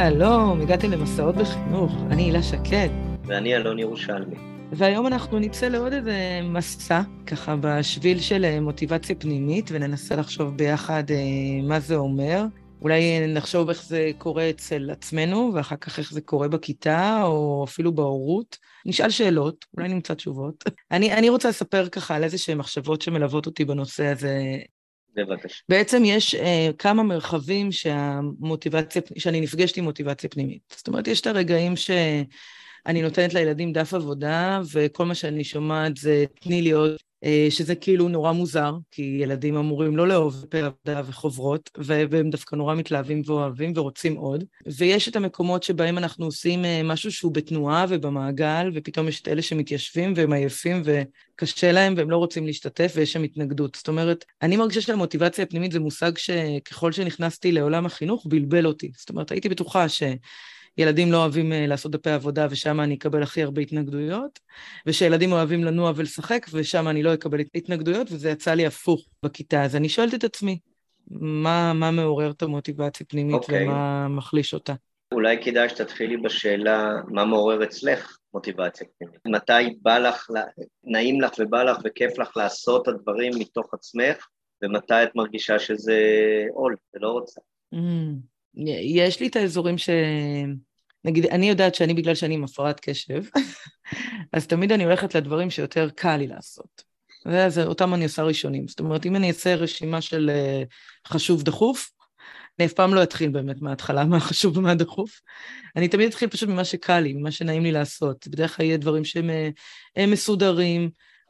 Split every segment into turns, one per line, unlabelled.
שלום, הגעתי למסעות בחינוך, אני הילה שקד.
ואני אלון ירושלמי.
והיום אנחנו נצא לעוד איזה מסע, ככה בשביל של מוטיבציה פנימית, וננסה לחשוב ביחד מה זה אומר. אולי נחשוב איך זה קורה אצל עצמנו, ואחר כך איך זה קורה בכיתה, או אפילו בהורות. נשאל שאלות, אולי נמצא תשובות. אני רוצה לספר ככה על איזשהם מחשבות שמלוות אותי בנושא הזה.
בבקשה.
בעצם יש כמה מרחבים שאני נפגשת עם מוטיבציה פנימית. זאת אומרת, יש את הרגעים שאני נותנת לילדים דף עבודה, וכל מה שאני שומעת זה תני לי עוד, שזה כאילו נורא מוזר, כי ילדים אמורים לא לאהוב פר עבודה וחוברות, והם דווקא נורא מתלהבים ואוהבים ורוצים עוד. ויש את המקומות שבהם אנחנו עושים משהו שהוא בתנועה ובמעגל, ופתאום יש את אלה שמתיישבים והם עייפים וקשה להם והם לא רוצים להשתתף ויש שם התנגדות. זאת אומרת, אני מרגישה שהמוטיבציה הפנימית זה מושג שככל שנכנסתי לעולם החינוך בלבל אותי. זאת אומרת, הייתי בטוחה ילדים לא אוהבים לעשות דפי עבודה, ושם אני אקבל הכי הרבה התנגדויות, ושילדים אוהבים לנוע ולשחק, ושם אני לא אקבל התנגדויות, וזה יצא לי הפוך בכיתה. אז אני שואלת את עצמי, מה מעורר את המוטיבציה פנימית, ומה מחליש אותה?
אולי כדאי שתתחילי בשאלה, מה מעורר אצלך מוטיבציה פנימית? מתי בא לך, נעים לך ובא לך וכיף לך לעשות את הדברים מתוך עצמך, ומתי את מרגישה שזה עול, ולא רוצה?
יש לי את האזורים נגיד, אני יודעת שאני, בגלל שאני עם הפרעת קשב, אז תמיד אני הולכת לדברים שיותר קל לי לעשות. אותם אני עושה ראשונים. זאת אומרת, אם אני אעשה רשימה של חשוב דחוף, אני אף פעם לא אתחיל באמת מההתחלה, מה חשוב ומה דחוף. אני תמיד אתחיל פשוט ממה שקל לי, ממה שנעים לי לעשות. בדרך כלל יהיה דברים שהם מסודרים,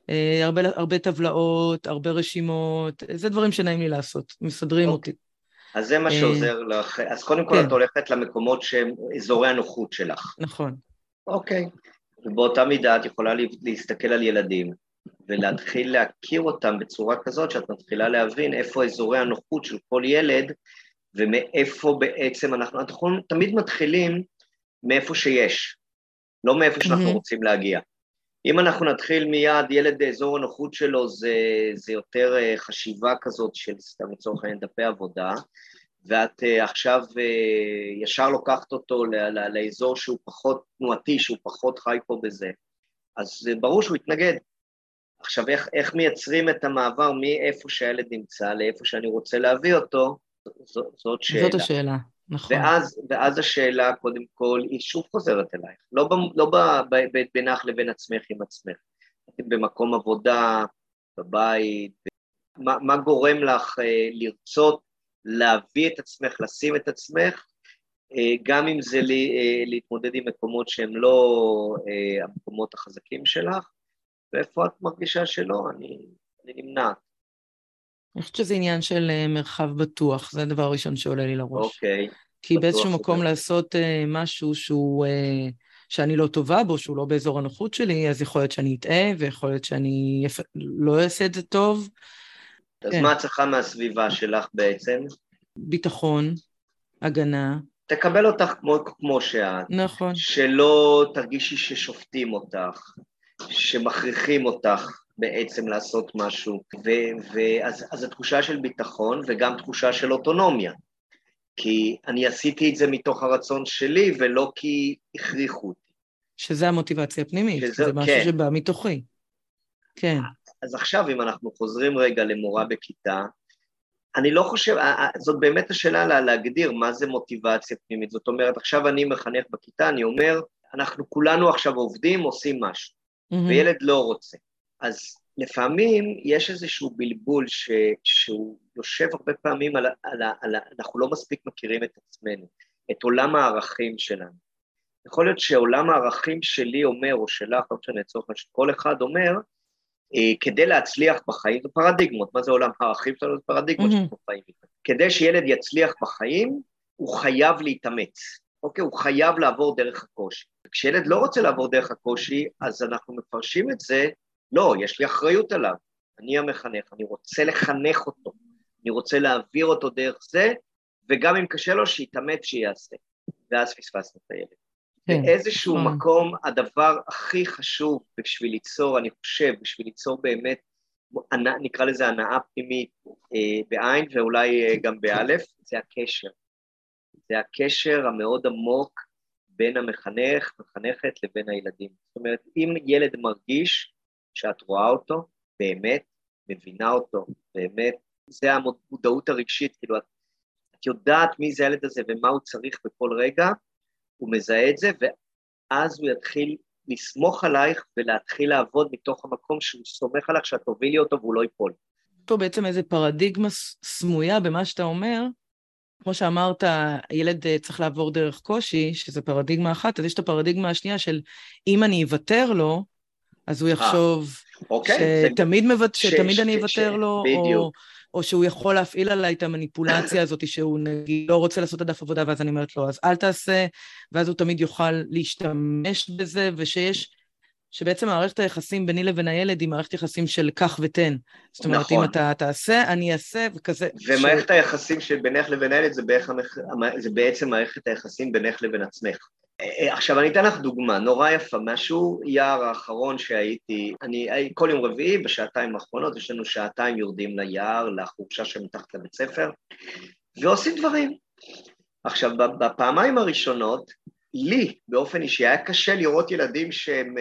הרבה טבלאות, הרבה רשימות, זה דברים שנעים לי לעשות, מסדרים אותי.
אז זה מה שעוזר לך. אז קודם כל את הולכת למקומות שהם אזורי הנוחות שלך.
נכון.
אוקיי. ובאותה מידה את יכולה להסתכל על ילדים, ולהתחיל להכיר אותם בצורה כזאת, שאת מתחילה להבין איפה אזורי הנוחות של כל ילד, ומאיפה בעצם אנחנו תמיד מתחילים מאיפה שיש, לא מאיפה שאנחנו רוצים להגיע. אם אנחנו נתחיל מיד, ילד אזור הנוחות שלו, זה יותר חשיבה כזאת של סתם לצורך העניין דפי עבודה, ואת עכשיו ישר לוקחת אותו לאזור שהוא פחות תנועתי, שהוא פחות חי פה בזה, אז ברור שהוא יתנגד. עכשיו, איך מייצרים את המעבר מאיפה שהילד נמצא לאיפה שאני רוצה להביא אותו, זאת שאלה.
זאת השאלה, נכון.
ואז השאלה, קודם כל, היא שוב חוזרת אלייך, לא בינך לבין עצמך עם עצמך. במקום עבודה, בבית, מה גורם לך לרצות להביא את עצמך, לשים את עצמך, גם אם זה להתמודד עם מקומות שהם לא המקומות החזקים שלך, ואיפה את מרגישה שלא, אני נמנעת.
אני חושבת שזה עניין של מרחב בטוח, זה הדבר הראשון שעולה לי לראש.
אוקיי.
כי באיזשהו מקום לעשות משהו שאני לא טובה בו, שהוא לא באזור הנוחות שלי, אז יכול להיות שאני אטעה, ויכול להיות שאני לא אעשה את זה טוב.
אז מה את צריכה מהסביבה שלך בעצם?
ביטחון, הגנה.
תקבל אותך כמו שאת.
נכון.
שלא תרגישי ששופטים אותך, שמכריחים אותך בעצם לעשות משהו, אז התחושה של ביטחון וגם תחושה של אוטונומיה, כי אני עשיתי את זה מתוך הרצון שלי ולא כי הכריחו אותי.
שזה המוטיבציה הפנימית, זה משהו
כן.
שבא מתוכי. כן.
אז עכשיו אם אנחנו חוזרים רגע למורה בכיתה, אני לא חושב, זאת באמת השאלה להגדיר מה זה מוטיבציה פנימית, זאת אומרת עכשיו אני מחנך בכיתה, אני אומר, אנחנו כולנו עכשיו עובדים, עושים משהו, וילד לא רוצה. אז לפעמים יש איזשהו בלבול שהוא יושב הרבה פעמים אנחנו לא מספיק מכירים את עצמנו, את עולם הערכים שלנו. יכול להיות שעולם הערכים שלי אומר, או שלך, לא משנה, כל אחד אומר, כדי להצליח בחיים, זה פרדיגמות, מה זה עולם הערכים שלנו? זה פרדיגמות שאנחנו חיים. כדי שילד יצליח בחיים, הוא חייב להתאמץ, אוקיי? הוא חייב לעבור דרך הקושי. כשילד לא רוצה לעבור דרך הקושי, אז אנחנו מפרשים את זה, לא, יש לי אחריות עליו, אני המחנך, אני רוצה לחנך אותו, אני רוצה להעביר אותו דרך זה, וגם אם קשה לו, שיתאמץ שיעשה, ואז פספסנו את הילד. באיזשהו מקום, הדבר הכי חשוב בשביל ליצור, אני חושב, בשביל ליצור באמת, נקרא לזה הנאה פנימית בעין, ואולי גם באלף, זה הקשר. זה הקשר המאוד עמוק בין המחנך, מחנכת לבין הילדים. זאת אומרת, אם ילד מרגיש שאת רואה אותו, באמת, מבינה אותו, באמת, זה המודעות הרגשית, כאילו, את יודעת מי זה הילד הזה ומה הוא צריך בכל רגע, הוא מזהה את זה, ואז הוא יתחיל לסמוך עלייך ולהתחיל לעבוד מתוך המקום שהוא סומך עליך, שאת תובילי אותו והוא לא ייפול.
פה בעצם איזה פרדיגמה סמויה במה שאתה אומר, כמו שאמרת, הילד צריך לעבור דרך קושי, שזה פרדיגמה אחת, אז יש את הפרדיגמה השנייה של אם אני אוותר לו, אז הוא יחשוב שתמיד אני אוותר לו, או שהוא יכול להפעיל עליי את המניפולציה הזאת, שהוא נגיד לא רוצה לעשות את הדף עבודה, ואז אני אומרת לו, אז אל תעשה, ואז הוא תמיד יוכל להשתמש בזה, שבעצם מערכת היחסים ביני לבין הילד היא מערכת יחסים של כך ותן. זאת אומרת, אם אתה תעשה, אני אעשה, וכזה...
ומערכת היחסים של בינך לבין הילד זה בעצם מערכת היחסים בינך לבין עצמך. עכשיו אני אתן לך דוגמה, נורא יפה, משהו יער האחרון שהייתי, כל יום רביעי בשעתיים האחרונות, יש לנו שעתיים יורדים ליער, לחורשה שמתחת לבית ספר, ועושים דברים. עכשיו, בפעמיים הראשונות, לי באופן אישי היה קשה לראות ילדים שהם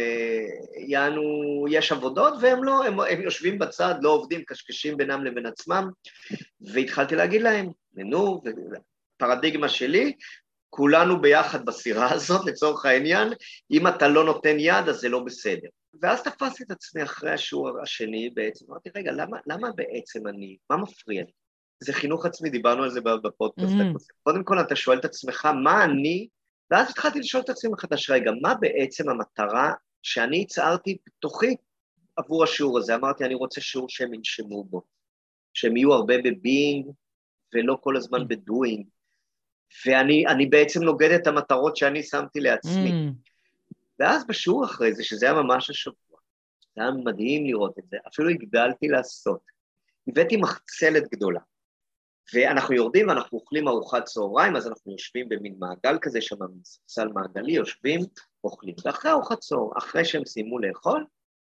יש עבודות, והם לא, הם יושבים בצד, לא עובדים, קשקשים בינם לבין עצמם, והתחלתי להגיד להם, נו, פרדיגמה שלי, כולנו ביחד בסירה הזאת, לצורך העניין, אם אתה לא נותן יד, אז זה לא בסדר. ואז תפסתי את עצמי אחרי השיעור השני בעצם, אמרתי, רגע, למה בעצם מה מפריע לי? זה חינוך עצמי, דיברנו על זה בפודקאסט. קודם כל, אתה שואל את עצמך, מה אני, ואז התחלתי לשאול את עצמי מחדש, רגע, מה בעצם המטרה שאני הצערתי בתוכי עבור השיעור הזה? אמרתי, אני רוצה שיעור שהם ינשמו בו, שהם יהיו הרבה בביינג, ולא כל הזמן בדוינג, ואני בעצם נוגד את המטרות שאני שמתי לעצמי. ואז בשיעור אחרי זה, שזה היה ממש השבוע, זה היה מדהים לראות את זה, אפילו הגדלתי לעשות. הבאתי מחצלת גדולה, ואנחנו יורדים ואנחנו אוכלים ארוחת צהריים, אז אנחנו יושבים במין מעגל כזה, שם ספסל מעגלי, יושבים, אוכלים. ואחרי ארוחת צהריים, אחרי שהם סיימו לאכול,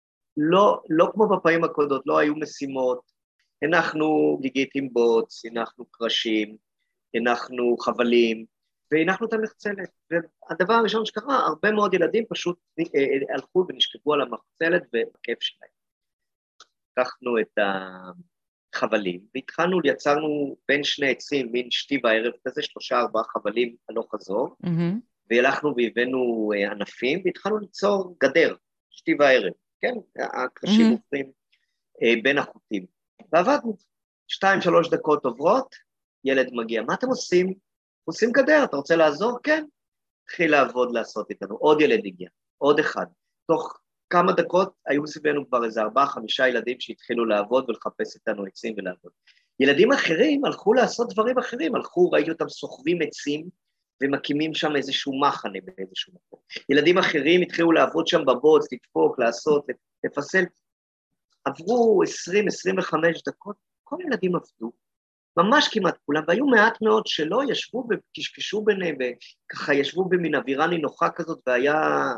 לא כמו בפעמים הקודמות, לא היו משימות, הנחנו גיגית עם בוץ, הנחנו קרשים, הנחנו חבלים, והנחנו את המחצלת. והדבר הראשון שקרה, הרבה מאוד ילדים פשוט הלכו ונשכבו על המחצלת ובכיף שלהם. לקחנו את החבלים, והתחלנו, יצרנו בין שני עצים, מין שתי בערב כזה, 3-4 חבלים הלוך חזור, והלכנו והבאנו ענפים, והתחלנו ליצור גדר, שתי בערב, כן? הקרשים עוברים בין החוטים. ועבדנו, 2-3 דקות עוברות, ילד מגיע, מה אתם עושים? עושים גדר, אתה רוצה לעזור? כן. התחיל לעבוד לעשות איתנו, עוד ילד הגיע, עוד אחד. תוך כמה דקות היו סביבנו כבר איזה 4-5 ילדים שהתחילו לעבוד ולחפש איתנו עצים ולעבוד. ילדים אחרים הלכו לעשות דברים אחרים, ראיתי אותם סוחבים עצים ומקימים שם איזשהו מחנה באיזשהו מקום. ילדים אחרים התחילו לעבוד שם בבוץ, לדפוק, לעשות, לפסל. עברו 20-25 דקות, כל ילדים עבדו. ממש כמעט כולם, והיו מעט מאוד שלא ישבו וקשקשו ביניהם, וככה ישבו במין אווירה נינוחה כזאת, והיה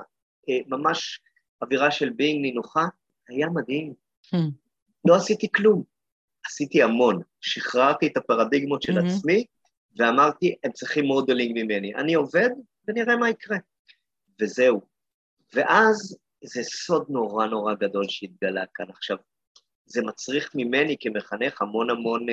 ממש אווירה של ביינג נינוחה, היה מדהים. לא עשיתי כלום, עשיתי המון, שחררתי את הפרדיגמות של עצמי, ואמרתי, הם צריכים מודלינג ממני, אני עובד ונראה מה יקרה. וזהו. ואז זה סוד נורא נורא גדול שהתגלה כאן עכשיו. זה מצריך ממני כמחנך המון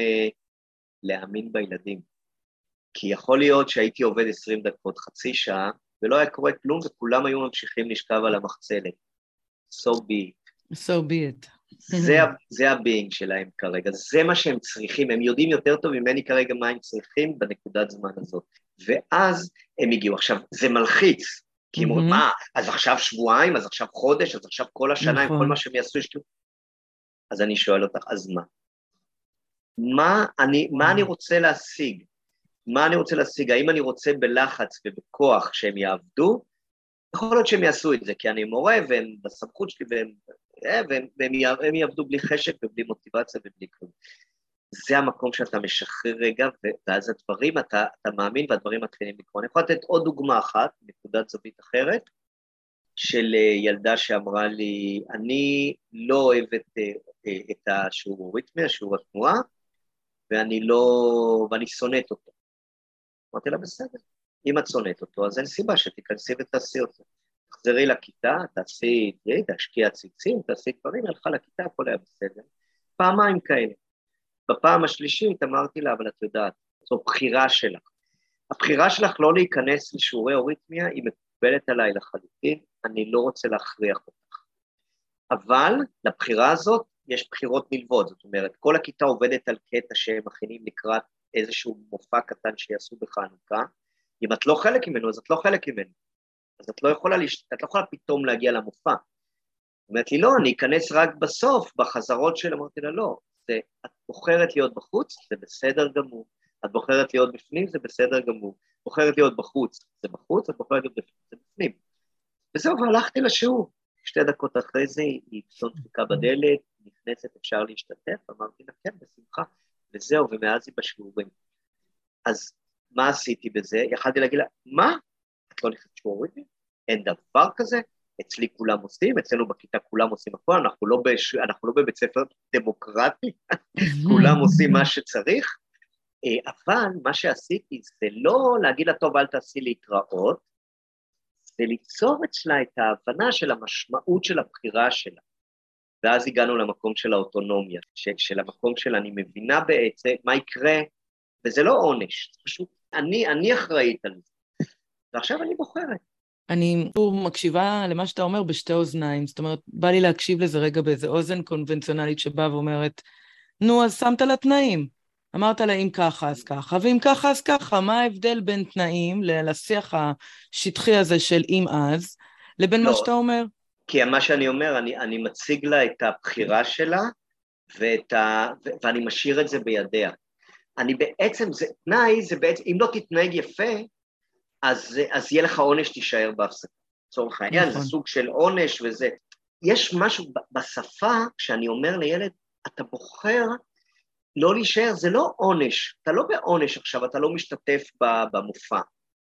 להאמין בילדים. כי יכול להיות שהייתי עובד 20 דקות, חצי שעה, ולא היה קורה כלום, וכולם היו ממשיכים לשכב על המחצלת. So be it.
So be it.
זה הביינג שלהם כרגע, זה מה שהם צריכים, הם יודעים יותר טוב ממני כרגע מה הם צריכים בנקודת זמן הזאת. ואז הם הגיעו. עכשיו, זה מלחיץ, כי הם אומרים, מה, אז עכשיו שבועיים, אז עכשיו חודש, אז עכשיו כל השנה, עם כל מה שהם יעשו, אז אני שואל אותך, אז מה? מה אני רוצה להשיג? מה אני רוצה להשיג? האם אני רוצה בלחץ ובכוח שהם יעבדו? יכול להיות שהם יעשו את זה, כי אני מורה והם בסמכות שלי, והם יעבדו בלי חשק ובלי מוטיבציה ובלי כלום. זה המקום שאתה משחרר רגע, ואז הדברים, אתה מאמין והדברים מתחילים לקרות. אני יכול לתת עוד דוגמה אחת, נקודת זווית אחרת, של ילדה שאמרה לי, אני לא אוהבת את השיעור ריתמי, השיעור התנועה, ואני שונאת אותו. אמרתי לה, בסדר. אם את שונאת אותו, אז אין סיבה שתיכנסי ותעשי אותו. תחזרי לכיתה, תשקיע ציצים, תעשי דברים, הלכה לכיתה, הכל היה בסדר. פעמיים כאלה. בפעם השלישית אמרתי לה, אבל את יודעת, זו בחירה שלך. הבחירה שלך לא להיכנס לשיעורי אוריתמיה, היא מקובלת עליי לחלוטין, אני לא רוצה להכריח אותך. אבל לבחירה הזאת יש בחירות נלוות, זאת אומרת, כל הכיתה עובדת על קטע שהם מכינים לקראת איזשהו מופע קטן שיעשו בחנוכה, אם את לא חלק ממנו, אז את לא חלק ממנו. אז את לא יכולה פתאום להגיע למופע. אומרת לי, לא, אני אכנס רק בסוף, בחזרות של, אמרתי לה, לא, את בוחרת להיות בחוץ, זה בסדר גמור. את בוחרת להיות בפנים, זה בסדר גמור. בוחרת להיות בחוץ, זה בחוץ, את בוחרת להיות בפנים, זה בפנים. וזהו, והלכתי לשיעור. 2 דקות אחרי זה, היא פתאום דפיקה בדלת, נכנסת, אפשר להשתתף, אמרתי לה, כן, בשמחה. וזהו, ומאז היא בשיעורים. אז מה עשיתי בזה? יכלתי להגיד לה, מה? את לא נכנסת שיעורים? אין דבר כזה? אצלי כולם עושים, אצלנו בכיתה כולם עושים הכל, אנחנו לא בבית ספר דמוקרטי, כולם עושים מה שצריך, אבל מה שעשיתי זה לא להגיד לה, טוב, אל תעשי להתראות, זה ליצור אצלה את ההבנה של המשמעות של הבחירה שלה, ואז הגענו למקום של האוטונומיה, של המקום של אני מבינה בעצם מה יקרה, וזה לא עונש, זה פשוט, אני אחראית על זה, ועכשיו אני בוחרת.
אני מקשיבה למה שאתה אומר בשתי אוזניים, זאת אומרת, בא לי להקשיב לזה רגע באיזה אוזן קונבנציונלית שבאה ואומרת, נו, אז שמת לה תנאים, אמרת לה אם ככה אז ככה, ואם ככה אז ככה, מה ההבדל בין תנאים לשיח השטחי הזה של אם אז, לבין מה שאתה אומר?
כי מה שאני אומר, אני מציג לה את הבחירה שלה, ואני משאיר את זה בידיה. אני בעצם, תנאי זה בעצם, אם לא תתנהג יפה, אז יהיה לך עונש תישאר בהפסקה. צורך העניין, נכון. זה סוג של עונש וזה. יש משהו בשפה, כשאני אומר לילד, אתה בוחר לא להישאר, זה לא עונש, אתה לא בעונש עכשיו, אתה לא משתתף במופע.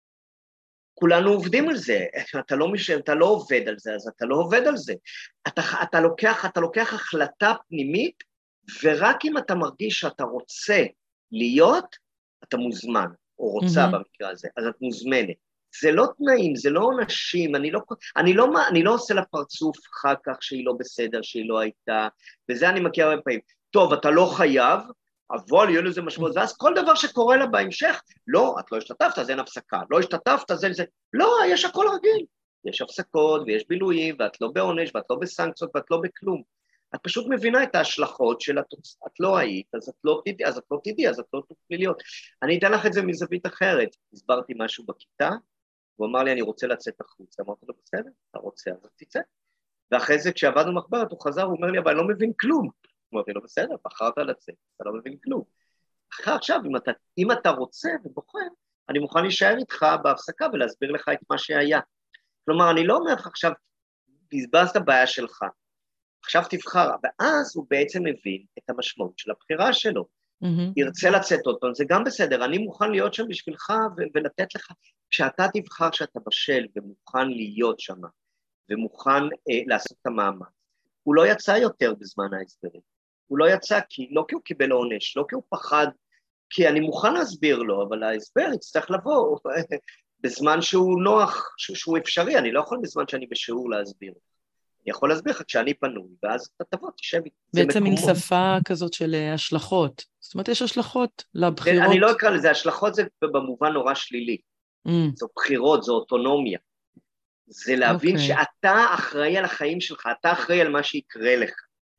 כולנו עובדים על זה, אתה לא עובד על זה, אז אתה לא עובד על זה. אתה לוקח החלטה פנימית, ורק אם אתה מרגיש שאתה רוצה להיות, אתה מוזמן. או רוצה במקרה הזה, אז את מוזמנת. זה לא תנאים, זה לא עונשים, אני לא עושה לה פרצוף אחר כך שהיא לא בסדר, שהיא לא הייתה, וזה אני מכיר הרבה פעמים. טוב, אתה לא חייב, אבל יהיה לזה משמעות, ואז כל דבר שקורה לה בהמשך, לא, את לא השתתפת, אז אין הפסקה, לא השתתפת, אז אין זה, לא, יש הכל רגיל. יש הפסקות ויש בילויים, ואת לא בעונש, ואת לא בסנקציות, ואת לא בכלום. את פשוט מבינה את ההשלכות של את לא היית, אז את לא תדעי, אז את לא תוכלי להיות. אני אתן לך את זה מזווית אחרת. הסברתי משהו בכיתה, הוא אמר לי, אני רוצה לצאת החוצה. אמרתי לו, בסדר, אתה רוצה, אז תצא. ואחרי זה, כשעבדנו מחברת, הוא חזר, הוא אומר לי, אבל אני לא מבין כלום. אמרתי לו, בסדר, בחרת לצאת, אתה לא מבין כלום. עכשיו, אם אתה רוצה ובוחר, אני מוכן להישאר איתך בהפסקה ולהסביר לך את מה שהיה. כלומר, אני לא אומר לך עכשיו, בזבזת הבעיה שלך. עכשיו תבחר, ואז הוא בעצם מבין את המשמעות של הבחירה שלו. ירצה לצאת אותו, זה גם בסדר, אני מוכן להיות שם בשבילך ולתת לך, כשאתה תבחר שאתה בשל ומוכן להיות שם, ומוכן לעשות את המאמץ. הוא לא יצא יותר בזמן ההסברים. הוא לא יצא לא כי הוא קיבל עונש, לא כי הוא פחד, כי אני מוכן להסביר לו, אבל ההסבר יצטרך לבוא בזמן שהוא נוח, שהוא אפשרי, אני לא יכול בזמן שאני בשיעור להסביר. אני יכול להסביר לך כשאני פנוי, ואז אתה תבוא, תשב.
בעצם מין שפה כזאת של השלכות. זאת אומרת, יש השלכות לבחירות.
אני לא אקרא לזה, השלכות זה במובן נורא שלילי. זו בחירות, זו אוטונומיה. זה להבין שאתה אחראי על החיים שלך, אתה אחראי על מה שיקרה לך.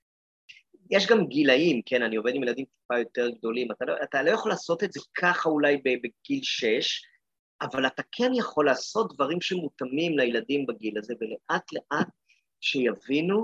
יש גם גילאים, כן, אני עובד עם ילדים טיפה יותר גדולים, אתה לא יכול לעשות את זה ככה אולי בגיל 6, אבל אתה כן יכול לעשות דברים שמותאמים לילדים בגיל הזה, ולאט לאט שיבינו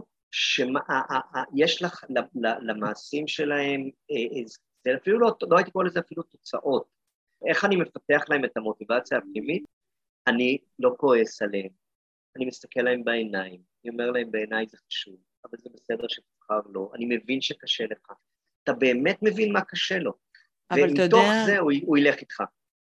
שיש לך למעשים שלהם, זה אפילו לא הייתי קורא לזה אפילו תוצאות. איך אני מפתח להם את המוטיבציה הפנימית? אני לא כועס עליהם, אני מסתכל להם בעיניים, אני אומר להם בעיניי זה חשוב, אבל זה בסדר שתבחר לו, אני מבין שקשה לך, אתה באמת מבין מה קשה לו, ומתוך זה הוא ילך איתך.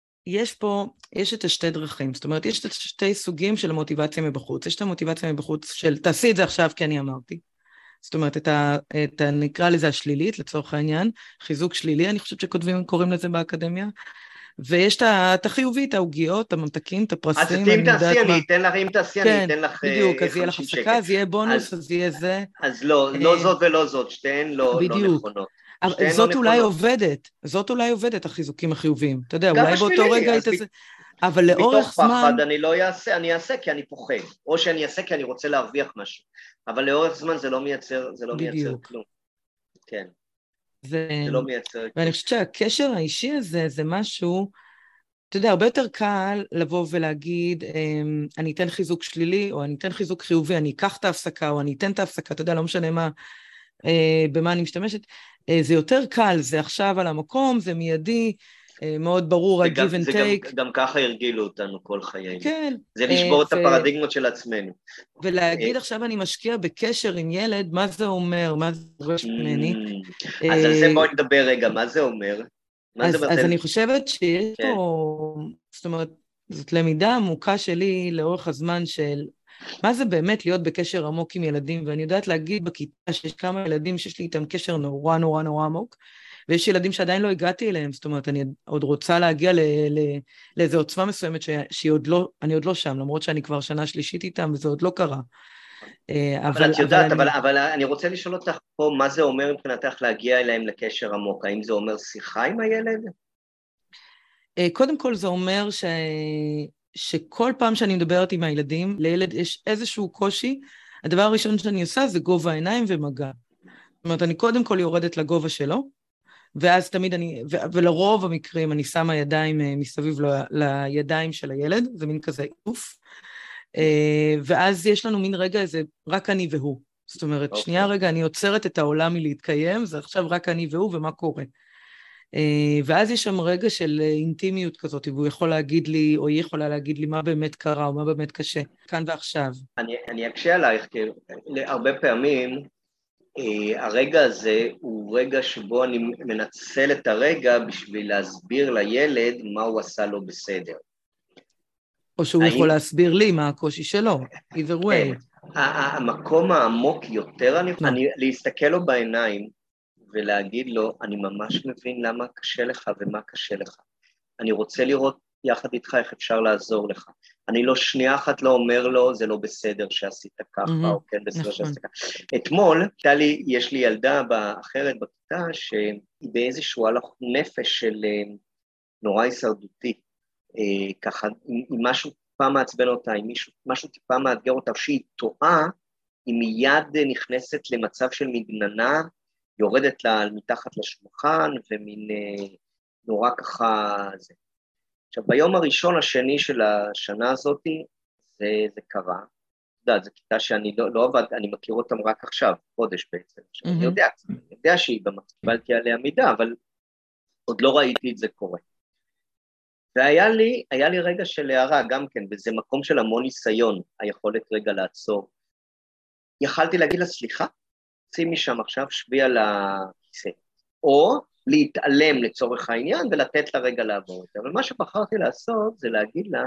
יש את השתי דרכים, זאת אומרת, יש את שתי סוגים של המוטיבציה מבחוץ, יש את המוטיבציה מבחוץ של תעשי את זה עכשיו כי אני אמרתי, זאת אומרת, נקרא לזה השלילית, לצורך העניין, חיזוק שלילי, אני חושבת שקוראים לזה באקדמיה, ויש את החיובי, את העוגיות, את הממתקים, את הפרסים.
אז אם תעשי, אני אתן לך, אם תעשי, אני אתן לך
בדיוק, אז יהיה לך
50 שקל.
הפסקה, אז יהיה בונוס, אז יהיה זה.
אז לא זאת ולא זאת, שתיהן לא
בדיוק.
נכונות.
זאת אולי עובדת, החיזוקים החיוביים. אתה יודע,
גם
אולי באותו רגע היית זה... אבל לאורך
מתוך
זמן...
פחד אני לא אעשה, אני אעשה כי אני פוחד, או שאני אעשה כי אני רוצה להרוויח משהו, אבל לאורך זמן זה לא מייצר כלום. כן, זה לא מייצר כלום.
ואני חושבת שהקשר האישי הזה זה משהו, אתה יודע, הרבה יותר קל לבוא ולהגיד, אני אתן חיזוק שלילי, או אני אתן חיזוק חיובי, אני אקח את ההפסקה, או אני אתן את ההפסקה, אתה יודע, לא משנה מה, במה אני משתמשת, זה יותר קל, זה עכשיו על המקום, זה מיידי, מאוד ברור, ה-give and take.
גם ככה הרגילו אותנו כל חיינו.
כן.
זה לשבור את הפרדיגמות של עצמנו.
ולהגיד עכשיו אני משקיע בקשר עם ילד, מה זה אומר? מה זה דורש ממני?
אז על זה בואי נדבר רגע, מה זה אומר?
אז אני חושבת שיש פה, זאת אומרת, זאת למידה עמוקה שלי לאורך הזמן של מה זה באמת להיות בקשר עמוק עם ילדים, ואני יודעת להגיד בכיתה שיש כמה ילדים שיש לי איתם קשר נורא נורא נורא עמוק, ויש ילדים שעדיין לא הגעתי אליהם, זאת אומרת, אני עוד רוצה להגיע לאיזו עוצמה מסוימת שאני עוד לא שם, למרות שאני כבר שנה שלישית איתם, וזה עוד לא קרה.
אבל את יודעת, אבל אני רוצה לשאול אותך פה, מה זה אומר מבחינתך להגיע אליהם לקשר עמוק? האם זה אומר שיחה עם הילד?
קודם כל זה אומר שכל פעם שאני מדברת עם הילדים, לילד יש איזשהו קושי, הדבר הראשון שאני עושה זה גובה העיניים ומגע. זאת אומרת, אני קודם כל יורדת לגובה שלו, ואז תמיד ולרוב המקרים אני שמה ידיים מסביב לידיים של הילד, זה מין כזה עוף, ואז יש לנו מין רגע איזה רק אני והוא. זאת אומרת, שנייה רגע, אני עוצרת את העולם מלהתקיים, זה עכשיו רק אני והוא ומה קורה. ואז יש שם רגע של אינטימיות כזאת, והוא יכול להגיד לי, או היא יכולה להגיד לי מה באמת קרה, או מה באמת קשה, כאן ועכשיו.
אני אקשה עלייך, כי הרבה פעמים, הרגע הזה הוא רגע שבו אני מנצל את הרגע בשביל להסביר לילד מה הוא עשה לו בסדר.
או שהוא יכול להסביר לי מה הקושי שלו, either way.
המקום העמוק יותר, אני להסתכל לו בעיניים ולהגיד לו, אני ממש מבין למה קשה לך ומה קשה לך. אני רוצה לראות יחד איתך איך אפשר לעזור לך. אני לא שנייה אחת לא אומר לו, זה לא בסדר שעשית ככה, או כן בסדר שעשית ככה. אתמול, יש לי ילדה אחרת בכיתה, שהיא באיזשהו הלך נפש של נורא הישרדותי, ככה, אם משהו טיפה מעצבן אותה, אם משהו טיפה מאתגר אותה, שהיא טועה, היא מיד נכנסת למצב של מגננה, יורדת לה מתחת לשולחן, ומין נורא ככה זה. עכשיו, ביום הראשון, השני של השנה הזאת, זה קרה. אתה יודע, זו כיתה שאני לא עבד, אני מכיר אותם רק עכשיו, חודש בעצם. אני יודע שהיא קיבלתי עליה מידע, אבל עוד לא ראיתי את זה קורה. והיה לי רגע של הערה גם כן, וזה מקום של המון ניסיון, היכולת רגע לעצור. יכלתי להגיד לה, סליחה, שימי שם עכשיו, שבי על הכיסא, או להתעלם לצורך העניין, ולתת לה רגע לעבור יותר. אבל מה שבחרתי לעשות, זה להגיד לה,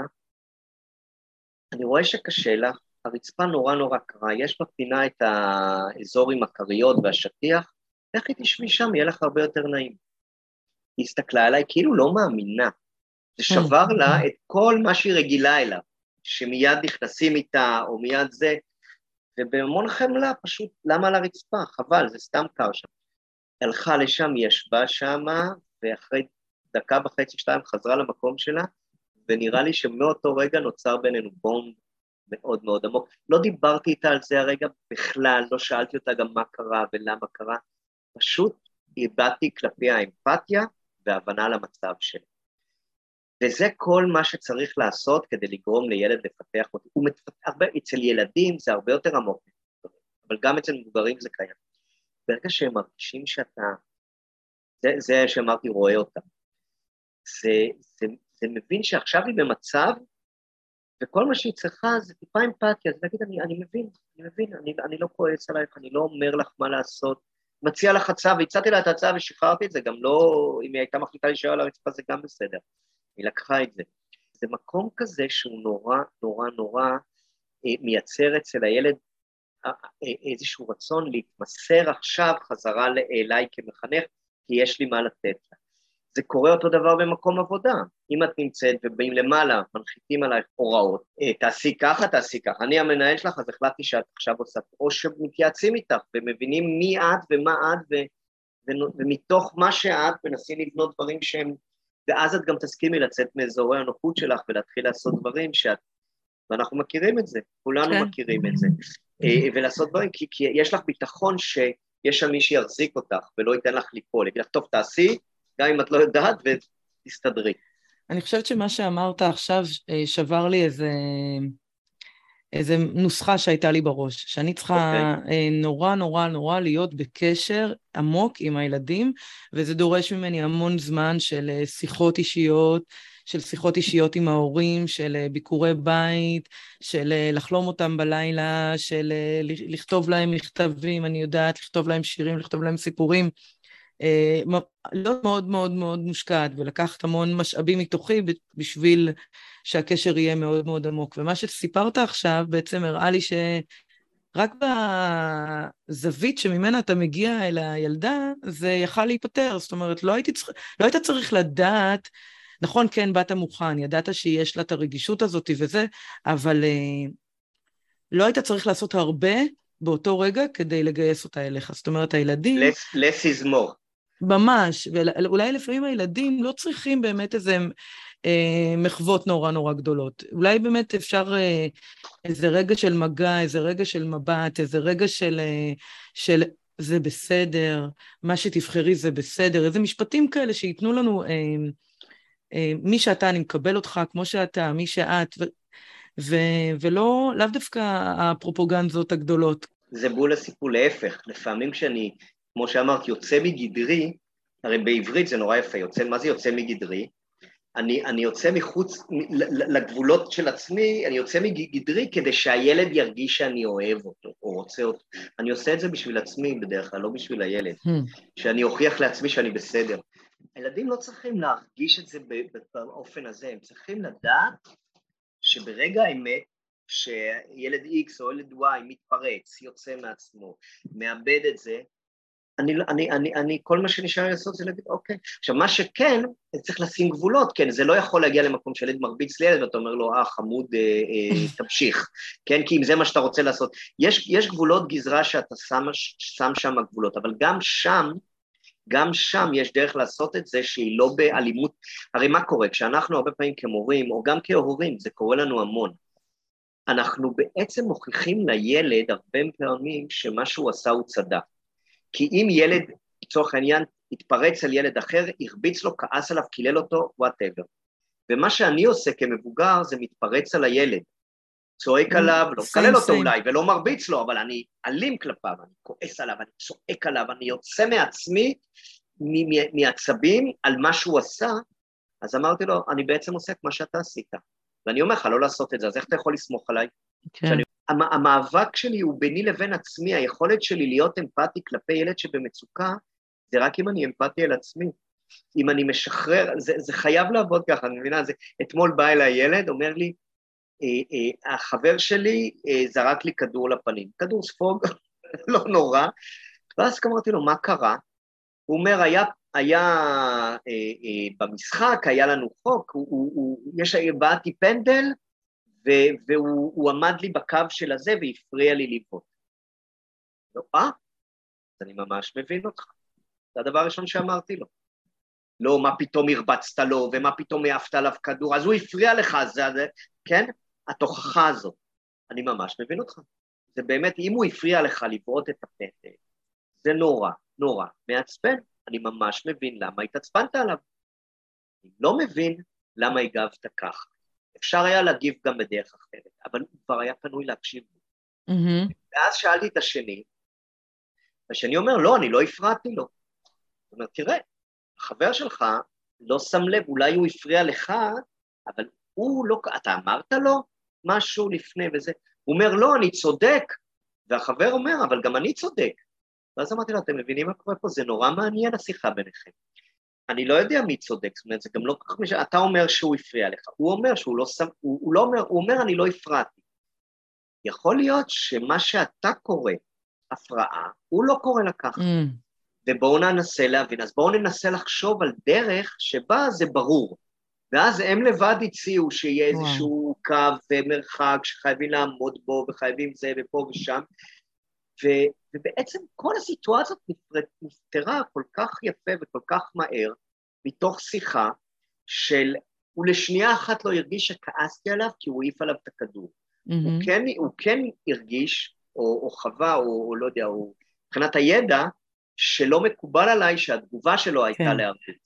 אני רואה שקשה לך, הרצפה נורא נורא קרה, יש בפינה את האזור עם הכריות והשטיח, לכי תשבי שם, יהיה לך הרבה יותר נעים. היא הסתכלה עליי, כאילו לא מאמינה, זה שבר לה את כל מה שהיא רגילה אליו, שמיד נכנסים איתה, או מיד זה, ובהמון חמלה פשוט, למה על הרצפה? חבל, זה סתם קר שם. הלכה לשם, היא ישבה שם, ואחרי דקה וחצי, 2, חזרה למקום שלה, ונראה לי שמאותו רגע נוצר בינינו בונד מאוד מאוד עמוק. לא דיברתי איתה על זה הרגע בכלל, לא שאלתי אותה גם מה קרה ולמה קרה, פשוט הבאתי כלפי האמפתיה והבנה למצב שלה. וזה כל מה שצריך לעשות כדי לגרום לילד לפתח אותי. אצל ילדים זה הרבה יותר עמוק, אבל גם אצל מבוגרים זה קיים. ברגע שהם מרגישים שאתה, זה שאמרתי רואה אותם, זה מבין שעכשיו היא במצב, וכל מה שהיא צריכה זה טיפה אמפתיה, זה להגיד, אני מבין, אני לא כועס עלייך, אני לא אומר לך מה לעשות, מציע לך הצעה, והצעתי לה את ההצעה ושחררתי את זה, גם לא, אם היא הייתה מחליטה להישאר על הרצפה זה גם בסדר, היא לקחה את זה. זה מקום כזה שהוא נורא נורא נורא מייצר אצל הילד איזשהו רצון להתמסר עכשיו חזרה אליי כמחנך, כי יש לי מה לתת לה. זה קורה אותו דבר במקום עבודה. אם את נמצאת ובאים למעלה, מנחיתים עלייך הוראות, תעשי ככה, תעשי ככה. אני המנהל שלך, אז החלטתי שאת עכשיו עושה, או שמתייעצים איתך, ומבינים מי את ומה את, ומתוך מה שאת מנסים לבנות דברים שהם, ואז את גם תסכימי לצאת מאזורי הנוחות שלך, ולהתחיל לעשות דברים שאת, ואנחנו מכירים את זה, כולנו מכירים את זה, ולעשות דברים, כי יש לך ביטחון שיש שם מי שיחזיק אותך, ולא ייתן לך ליפול, יגיד לך, טוב, תעשי, גם אם את לא יודעת, ותסתדרי.
אני חושבת שמה שאמרת עכשיו שבר לי איזה נוסחה שהייתה לי בראש, שאני צריכה נורא נורא נורא להיות בקשר עמוק עם הילדים, וזה דורש ממני המון זמן של שיחות אישיות עם ההורים, של ביקורי בית, של לחלום אותם בלילה, של לכתוב להם מכתבים, אני יודעת, לכתוב להם שירים, לכתוב להם סיפורים, לא מאוד מאוד מאוד מושקעת, ולקחת המון משאבים מתוכי בשביל שהקשר יהיה מאוד מאוד עמוק. ומה שסיפרת עכשיו בעצם הראה לי שרק בזווית שממנה אתה מגיע אל הילדה, זה יכל להיפטר. זאת אומרת, לא היית צריך לדעת, נכון, כן, באת מוכן, ידעת שיש לה את הרגישות הזאת וזה, אבל לא היית צריך לעשות הרבה באותו רגע כדי לגייס אותה אליך. זאת אומרת, הילדים...
less is more.
ממש, ואולי לפעמים הילדים לא צריכים באמת איזה מחוות נורא נורא גדולות. אולי באמת אפשר איזה רגע של מגע, איזה רגע של מבט, איזה רגע של זה בסדר, מה שתבחרי זה בסדר, איזה משפטים כאלה שיתנו לנו, מי שאתה, אני מקבל אותך כמו שאתה, מי שאת, ולא, לאו דווקא הפרופוגנדות הגדולות.
זה בול הסיפור להפך, לפעמים כשאני, כמו שאמרת, יוצא מגדרי, הרי בעברית זה נורא יפה, מה זה יוצא מגדרי? אני יוצא מחוץ לגבולות של עצמי, אני יוצא מגדרי כדי שהילד ירגיש שאני אוהב אותו, או רוצה אותו. אני עושה את זה בשביל עצמי בדרך כלל, לא בשביל הילד, שאני אוכיח לעצמי שאני בסדר. הילדים לא צריכים להרגיש את זה באופן הזה, הם צריכים לדעת שברגע האמת, שילד X או ילד Y מתפרץ, יוצא מעצמו, מאבד את זה, כל מה שנשאר לעשות זה להגיד, אוקיי. עכשיו, מה שכן, צריך לשים גבולות, כן, זה לא יכול להגיע למקום שילד מרביץ לילד, ואתה אומר לו, חמוד, תמשיך, כן, כי אם זה מה שאתה רוצה לעשות. יש גבולות גזרה שאתה שם שם גבולות, אבל גם שם יש דרך לעשות את זה שהיא לא באלימות. הרי מה קורה? כשאנחנו הרבה פעמים כמורים, או גם כהורים, זה קורה לנו המון. אנחנו בעצם מוכיחים לילד הרבה פעמים שמה שהוא עשה הוא צדק. כי אם ילד, לצורך העניין, התפרץ על ילד אחר, הרביץ לו, כעס עליו, קילל אותו, whatever. ומה שאני עושה כמבוגר זה מתפרץ על הילד. צועק עליו, לא מקלל אותו אולי, ולא מרביץ לו, אבל אני אלים כלפיו, אני כועס עליו, אני צועק עליו, אני יוצא מעצמי, מעצבים על מה שהוא עשה, אז אמרתי לו, אני בעצם עושה את מה שאתה עשית. ואני אומר לך, לא לעשות את זה, אז איך אתה יכול לסמוך עליי?
כן.
המאבק שלי הוא ביני לבין עצמי, היכולת שלי להיות אמפתי כלפי ילד שבמצוקה, זה רק אם אני אמפתי על עצמי. אם אני משחרר, זה חייב לעבוד ככה, אני מבינה, אתמול בא אליי ילד, אומר לי, החבר שלי זרק לי כדור לפנים, כדור ספוג, לא נורא, ואז אמרתי לו, מה קרה? הוא אומר, היה במשחק, היה לנו חוק, באתי פנדל, והוא עמד לי בקו של הזה, והפריע לי לבעוט. לא, אז אני ממש מבין אותך. זה הדבר הראשון שאמרתי לו. לא, מה פתאום הרבצת לו, ומה פתאום העפת עליו כדור, אז הוא הפריע לך, כן? התוכחה הזאת. אני ממש מבין אותך. זה באמת, אם הוא הפריע לך לבעוט את הפנדל, זה נורא, נורא מעצבן. אני ממש מבין למה התעצבנת עליו. אני לא מבין למה הגבת כך. אפשר היה להגיב גם בדרך אחרת, אבל הוא כבר היה פנוי להקשיב. ואז שאלתי את השני, והשני אומר, לא, אני לא הפרעתי לו. זאת אומרת, תראה, החבר שלך לא שם לב, אולי הוא הפריע לך, אבל הוא לא, אתה אמרת לו משהו לפני וזה, הוא אומר, לא, אני צודק, והחבר אומר, אבל גם אני צודק. ואז אמרתי לו, אתם מבינים מה קורה פה? זה נורא מעניין השיחה ביניכם. אני לא יודע מי צודק, זאת אומרת, זה גם לא כל כך משנה, אתה אומר שהוא הפריע לך, הוא אומר שהוא לא שם, הוא לא אומר, הוא אומר, אני לא הפרעתי. יכול להיות שמה שאתה קורא הפרעה, הוא לא קורא לקחת. ובואו ננסה להבין, אז בואו ננסה לחשוב על דרך שבה זה ברור. ואז הם לבד הציעו שיהיה איזשהו קו ומרחק שחייבים לעמוד בו, וחייבים זה ופה ושם, ובעצם כל הסיטואציה נפתרה כל כך יפה וכל כך מהר, מתוך שיחה של, הוא לשנייה אחת לא הרגיש שכעסתי עליו, כי הוא העיף עליו את הכדור. הוא כן הרגיש, או חווה, או לא יודע, או מבחינת הידע, שלא מקובל עליי שהתגובה שלו הייתה להרגיש.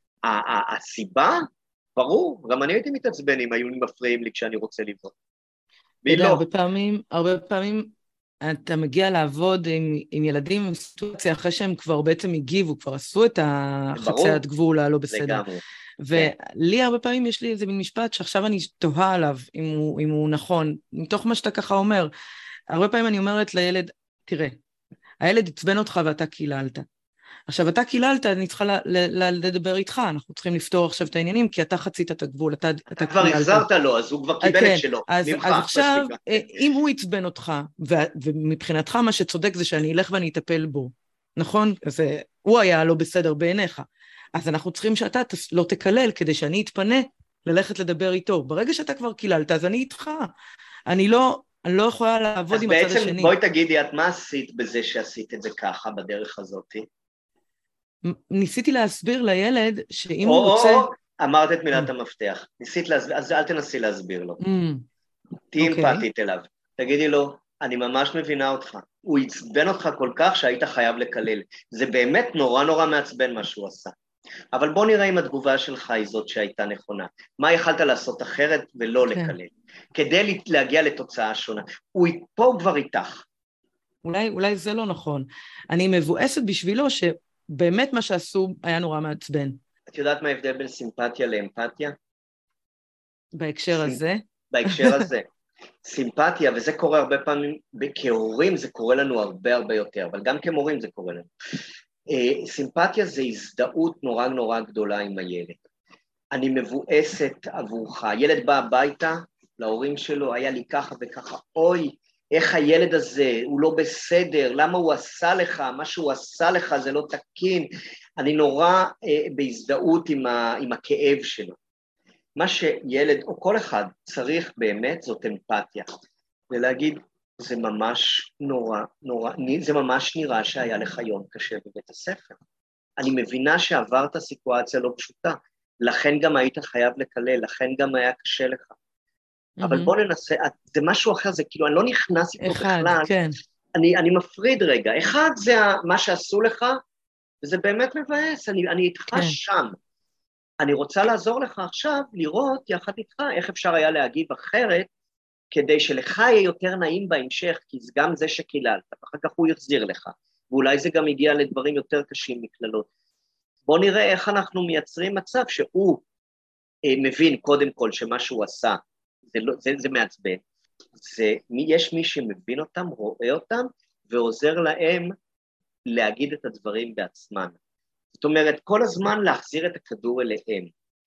הסיבה, ברור, גם אני הייתי מתעצבן אם היו מפריעים לי כשאני רוצה לבנות.
אתה יודע, הרבה פעמים אתה מגיע לעבוד עם ילדים עם סיטואציה אחרי שהם כבר בעצם הגיבו, כבר עשו את החציית גבול הלא בסדר. ולי הרבה פעמים יש לי איזה מין משפט שעכשיו אני תוהה עליו אם הוא נכון, מתוך מה שאתה ככה אומר. הרבה פעמים אני אומרת לילד, תראה, הילד עצבן אותך ואתה קיללת. עכשיו, אתה קיללת, אני צריכה לדבר איתך, אנחנו צריכים לפתור עכשיו את העניינים, כי אתה חצית את הגבול, אתה
כבר החזרת לו, אז הוא כבר קיבל את שלו.
אז עכשיו, אם הוא עצבן אותך, ומבחינתך מה שצודק זה שאני אלך ואני אטפל בו, נכון? אז הוא היה לא בסדר בעיניך. אז אנחנו צריכים שאתה לא תקלל, כדי שאני אתפנה ללכת לדבר איתו. ברגע שאתה כבר קיללת, אז אני איתך. אני לא יכולה לעבוד עם הצד השני.
אז בעצם בואי תגידי, את מה עשית בזה שעשית את זה ככה, בדרך הזאת?
ניסיתי להסביר לילד שאם הוא רוצה...
אמרת את מילת המפתח. ניסית להסביר, אז אל תנסי להסביר לו. תהי אמפתית אליו. תגידי לו, אני ממש מבינה אותך. הוא עצבן אותך כל כך שהיית חייב לקלל. זה באמת נורא נורא מעצבן מה שהוא עשה. אבל בוא נראה אם התגובה שלך היא זאת שהייתה נכונה. מה יכלת לעשות אחרת ולא לקלל? כדי להגיע לתוצאה שונה. פה כבר איתך.
אולי זה לא נכון. אני מבואסת בשבילו שבאמת מה שעשו היה נורא מעצבן.
את יודעת מה ההבדל בין סימפתיה לאמפתיה?
בהקשר הזה?
בהקשר הזה. סימפתיה, וזה קורה הרבה פעמים, כהורים זה קורה לנו הרבה הרבה יותר, אבל גם כמורים זה קורה לנו. סימפתיה זה הזדהות נורא נורא גדולה עם הילד. אני מבואסת עבורך. ילד בא הביתה, להורים שלו, היה לי ככה וככה, אוי, איך הילד הזה, הוא לא בסדר, למה הוא עשה לך, מה שהוא עשה לך זה לא תקין, אני נורא בהזדהות עם הכאב שלו. מה שילד או כל אחד צריך באמת זאת אמפתיה, ולהגיד, זה ממש נורא, זה ממש נראה שהיה לך יום קשה בבית הספר. אני מבינה שעברת סיטואציה לא פשוטה, לכן גם היית חייב לקלל, לכן גם היה קשה לך. אבל בוא ננסה, זה משהו אחר, זה כאילו, אני לא נכנס איתו בכלל,
כן.
אני מפריד רגע. אחד זה מה שעשו לך, וזה באמת מבאס, אני איתך שם. אני רוצה לעזור לך עכשיו, לראות יחד איתך איך אפשר היה להגיב אחרת, כדי שלך יהיה יותר נעים בהמשך, כי זה גם זה שקיללת, ואחר כך הוא יחזיר לך, ואולי זה גם הגיע לדברים יותר קשים מכללות. בוא נראה איך אנחנו מייצרים מצב שהוא מבין קודם כל שמה שהוא עשה, זה מעצבן. יש מי שמבין אותם, רואה אותם, ועוזר להם להגיד את הדברים בעצמם. זאת אומרת, כל הזמן להחזיר את הכדור אליהם.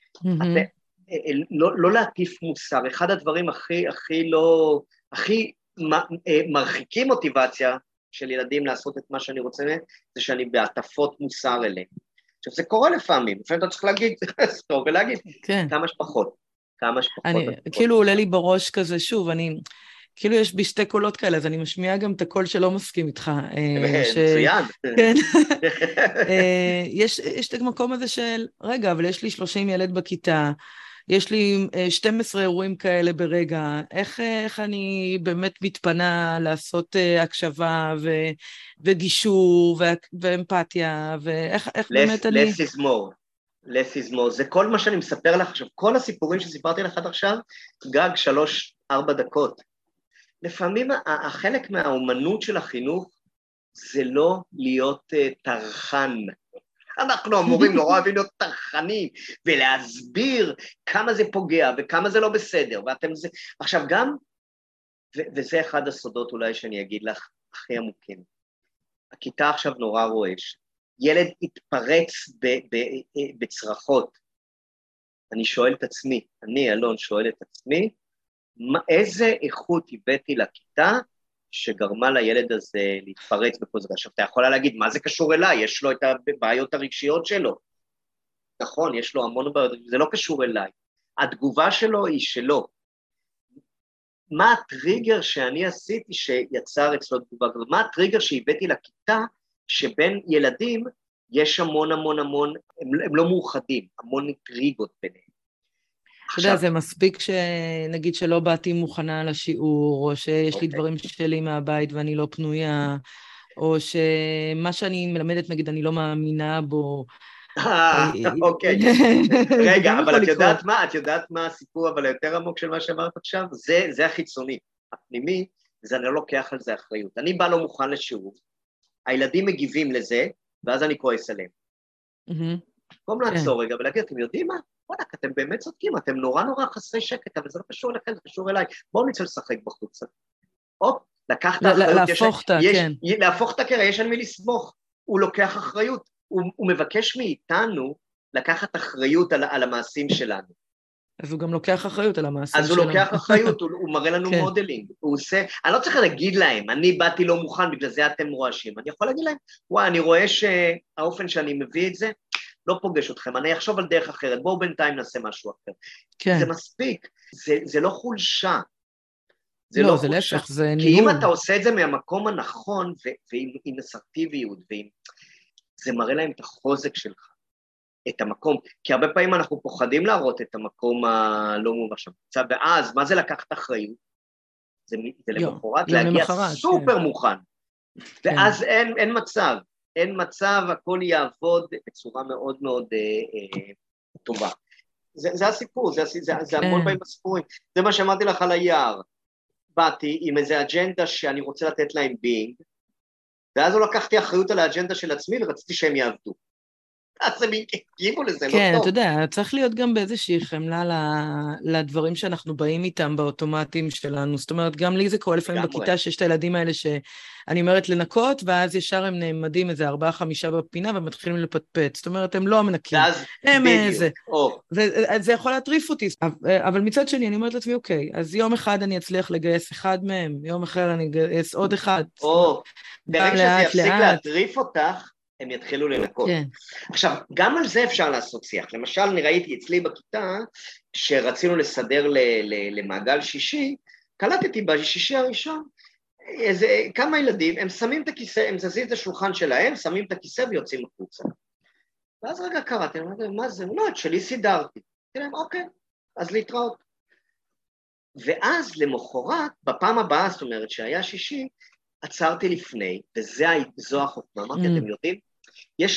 לא להטיף מוסר. אחד הדברים הכי מרחיקים מוטיבציה של ילדים לעשות את מה שאני רוצה, זה שאני בהטפות מוסר אליהם. עכשיו, זה קורה לפעמים אתה צריך להגיד, טוב, ולהגיד, כמה שפחות.
כאילו עולה לי בראש כזה, שוב, כאילו יש בי שתי קולות כאלה, אז אני משמיעה גם את הקול שלא מסכים איתך.
מצוין.
כן. יש את המקום הזה של, רגע, אבל יש לי 30 ילד בכיתה, יש לי 12 אירועים כאלה ברגע, איך אני באמת מתפנה לעשות הקשבה וגישור ואמפתיה, ואיך באמת אני...
less is more, זה כל מה שאני מספר לך עכשיו, כל הסיפורים שסיפרתי לך עד עכשיו, גג 3-4 דקות. לפעמים החלק מהאומנות של החינוך, זה לא להיות תרחן. אנחנו אמורים נורא אוהבים להיות תרחנים, ולהסביר כמה זה פוגע, וכמה זה לא בסדר, ואתם זה... עכשיו גם, וזה אחד הסודות אולי שאני אגיד לך, הכי עמוקים. הכיתה עכשיו נורא רועש, ילד התפרץ בצרחות. אני שואל את עצמי, אלון, שואל את עצמי, איזה איכות הבאתי לכיתה שגרמה לילד הזה להתפרץ בכל זה. עכשיו, אתה יכול להגיד, מה זה קשור אליי? יש לו את הבעיות הרגשיות שלו. נכון, יש לו המון בעיות, זה לא קשור אליי. התגובה שלו היא שלו. מה הטריגר שאני עשיתי שיצר אצלו תגובה כזאת? מה הטריגר שהבאתי לכיתה שבין ילדים יש המון, הם לא מאוחדים, המון טריגות ביניהם.
אתה יודע, זה מספיק שנגיד שלא באתי מוכנה לשיעור, או שיש לי דברים שלי מהבית ואני לא פנויה, או שמה שאני מלמדת, נגיד, אני לא מאמינה בו.
אוקיי. רגע, אבל את יודעת מה הסיפור, אבל היותר עמוק של מה שאמרת עכשיו? זה החיצוני. הפנימי, זה אני לא לוקח על זה אחריות. אני בא לא מוכן לשיעור, הילדים מגיבים לזה, ואז אני כועס עליהם. במקום לעצור רגע ולהגיד, אתם יודעים מה? וואלה, אתם באמת צודקים, אתם נורא חסרי שקט, אבל זה לא קשור אליכם, זה קשור אליי. בואו נצא לשחק בחוץ. הופ, לקחת אחריות. להפוך את הקרע, יש על מי לסמוך. הוא לוקח אחריות. הוא מבקש מאיתנו לקחת אחריות על המעשים שלנו.
אז הוא גם לוקח אחריות על המעשים שלנו.
אז הוא לוקח אחריות, הוא מראה לנו מודלינג. הוא עושה, אני לא צריך להגיד להם, אני באתי לא מוכן, בגלל זה אתם רועשים. אני יכול להגיד להם, וואי, אני רואה שהאופן שאני מביא את זה, לא פוגש אתכם, אני אחשוב על דרך אחרת, בואו בינתיים נעשה משהו אחר. כן. זה מספיק, זה לא חולשה.
לא, זה להפך, זה ניהול.
כי אם אתה עושה את זה מהמקום הנכון, ועם אסרטיביות, זה מראה להם את החוזק שלך, את המקום, כי הרבה פעמים אנחנו פוחדים להראות את המקום הלא מומש, ואז, מה זה לקחת אחריות? זה למחרת להגיע סופר מוכן, ואז אין מצב, הכל יעבוד בצורה מאוד מאוד טובה. זה הסיפור, זה המון בהם בסיפורים, זה מה שאמרתי לך על היער, באתי עם איזו אג'נדה שאני רוצה לתת להם בינג, ואז לא לקחתי אחריות על האג'נדה של עצמי, ורציתי שהם יעבדו. אז הם הגיבו לזה, לא טוב.
כן, אתה יודע, צריך להיות גם באיזושהי חמלה לדברים שאנחנו באים איתם באוטומטים שלנו. זאת אומרת, גם לי זה קורה לפעמים בכיתה, שיש את הילדים האלה שאני אומרת לנקות, ואז ישר הם נעמדים איזה 4-5 בפינה, ומתחילים לפטפט. זאת אומרת, הם לא המנקים. הם איזה. וזה יכול להטריף אותי. אבל מצד שני, אני אומרת לעצמי, אוקיי, אז יום אחד אני אצליח לגייס אחד מהם, יום אחר אני אגייס עוד אחד.
ברגע שזה יפסיק להטריף אותך, הם יתחילו לנקות. כן. עכשיו, גם על זה אפשר לעשות שיח. למשל, אני ראיתי אצלי בכיתה, שרצינו לסדר למעגל שישי, קלטתי בשישי הראשון, כמה ילדים, הם שמים את הכיסא, הם זזים את השולחן שלהם, שמים את הכיסא ויוצאים החוצה. ואז רגע קראתי, אני אומר, מה זה? לא, את שלי סידרתי. אמרתי להם, אוקיי, אז להתראות. ואז למחרת, בפעם הבאה, זאת אומרת, שהיה שישי, עצרתי לפני, וזו החוכמה, אמרתי, אתם יודעים, יש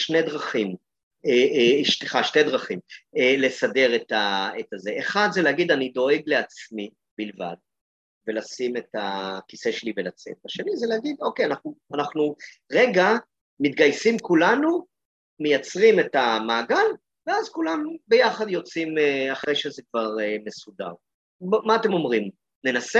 שתי דרכים לסדר את זה. אחד זה להגיד, אני דואג לעצמי בלבד, ולשים את הכיסא שלי ולצאת. השני זה להגיד, אוקיי, אנחנו רגע מתגייסים כולנו, מייצרים את המעגל, ואז כולם ביחד יוצאים אחרי שזה כבר מסודר. מה אתם אומרים? ננסה?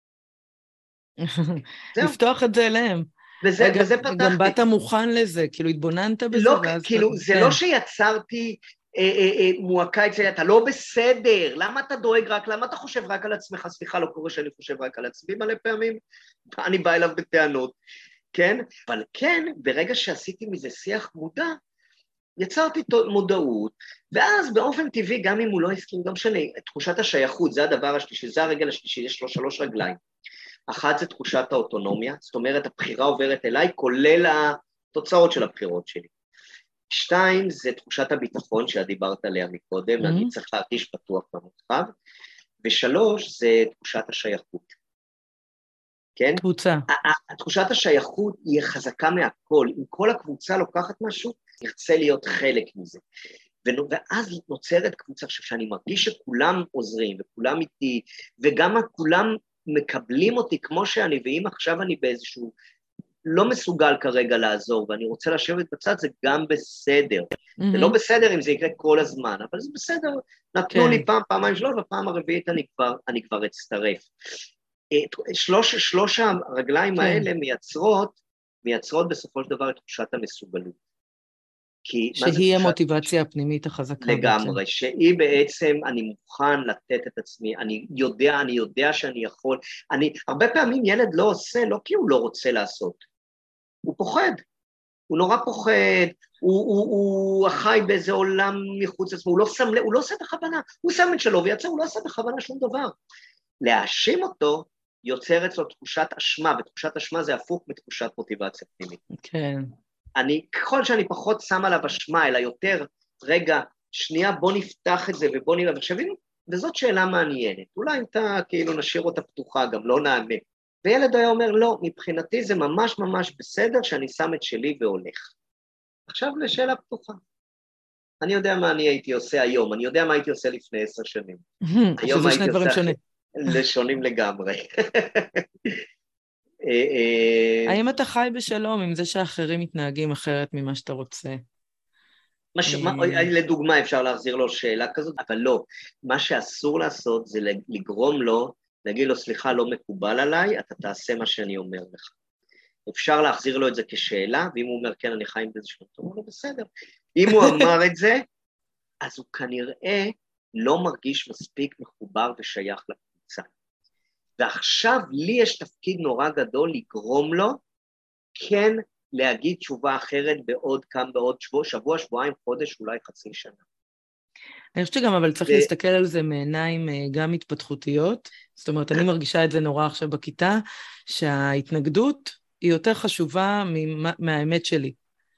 לפתוח את זה אליהם.
וזה פתחתי.
גם באת מוכן לזה, כאילו התבוננת בזה.
לא, כאילו, זה לא שיצרתי מועקה אצלי, אתה לא בסדר, למה אתה דואג רק, למה אתה חושב רק על עצמך, סליחה, לא קורה שאני חושב רק על עצמי מלא פעמים, אני בא אליו בטענות, כן? אבל כן, ברגע שעשיתי מזה שיח מודע, יצרתי מודעות, ואז באופן טבעי, גם אם הוא לא הסכים, גם שני, תחושת השייכות, זה הדבר השלישי, זה הרגל השלישי, יש לו 3 רגליים. אחת זה תחושת האוטונומיה, זאת אומרת, הבחירה עוברת אליי, כולל התוצאות של הבחירות שלי. 2 זה תחושת הביטחון שדיברת עליה מקודם, אני צריך להרגיש פתוח במרחב, ו3 זה תחושת השייכות. כן?
קבוצה.
תחושת השייכות היא חזקה מהכל, אם כל הקבוצה לוקחת משהו, ירצה להיות חלק מזה. ואז נוצרת קבוצה, שאני מרגיש שכולם עוזרים, וכולם איתי, וגם כולם מקבלים אותי כמו שאני, ואם עכשיו אני באיזשהו לא מסוגל כרגע לעזור, ואני רוצה לשבת בצד, זה גם בסדר. זה לא בסדר אם זה יקרה כל הזמן, אבל זה בסדר, נתנו לי פעמיים 3, בפעם הרביעית אני כבר אצטרף. 3 הרגליים האלה מייצרות בסופו של דבר את תחושת המסוגלות.
שהיא המוטיבציה הפנימית החזקה.
לגמרי, שהיא בעצם, אני מוכן לתת את עצמי, אני יודע שאני יכול, הרבה פעמים ילד לא עושה, לא כי הוא לא רוצה לעשות, הוא פוחד, הוא נורא פוחד, הוא חי באיזה עולם מחוץ לעצמו, הוא לא עושה בכוונה, הוא שם את שלו ויצא, הוא לא עושה בכוונה שום דבר. להאשים אותו יוצר אצלו תחושת אשמה, ותחושת אשמה זה הפוך מתחושת מוטיבציה פנימית.
כן.
ככל שאני פחות שם עליו אשמה, אלא יותר, רגע, שנייה, בוא נפתח את זה ובוא נראה, וזאת שאלה מעניינת, אולי אם אתה כאילו נשאיר אותה פתוחה, גם לא נענה. וילד היה אומר, לא, מבחינתי זה ממש ממש בסדר שאני שם את שלי והולך. עכשיו לשאלה פתוחה. אני יודע מה אני הייתי עושה היום, אני יודע מה הייתי עושה לפני 10 שנים.
שזה שני דברים שונים.
לשונים לגמרי.
האם אתה חי בשלום עם זה שאחרים מתנהגים אחרת ממה שאתה רוצה?
לדוגמה אפשר להחזיר לו שאלה כזאת, אבל לא. מה שאסור לעשות זה לגרום לו, להגיד לו, סליחה, לא מקובל עליי, אתה תעשה מה שאני אומר לך. אפשר להחזיר לו את זה כשאלה, ואם הוא אומר, כן, אני חי עם זה שלום, הוא אומר, בסדר. אם הוא אמר את זה, אז הוא כנראה לא מרגיש מספיק מחובר ושייך לקבוצה. ועכשיו לי יש תפקיד נורא גדול לגרום לו, כן להגיד תשובה אחרת בעוד שבוע, שבועיים, חודש, אולי חצי שנה.
אני חושבת שגם, אבל צריך להסתכל על זה מעיניים גם התפתחותיות, זאת אומרת, אני מרגישה את זה נורא עכשיו בכיתה, שההתנגדות היא יותר חשובה מהאמת שלי.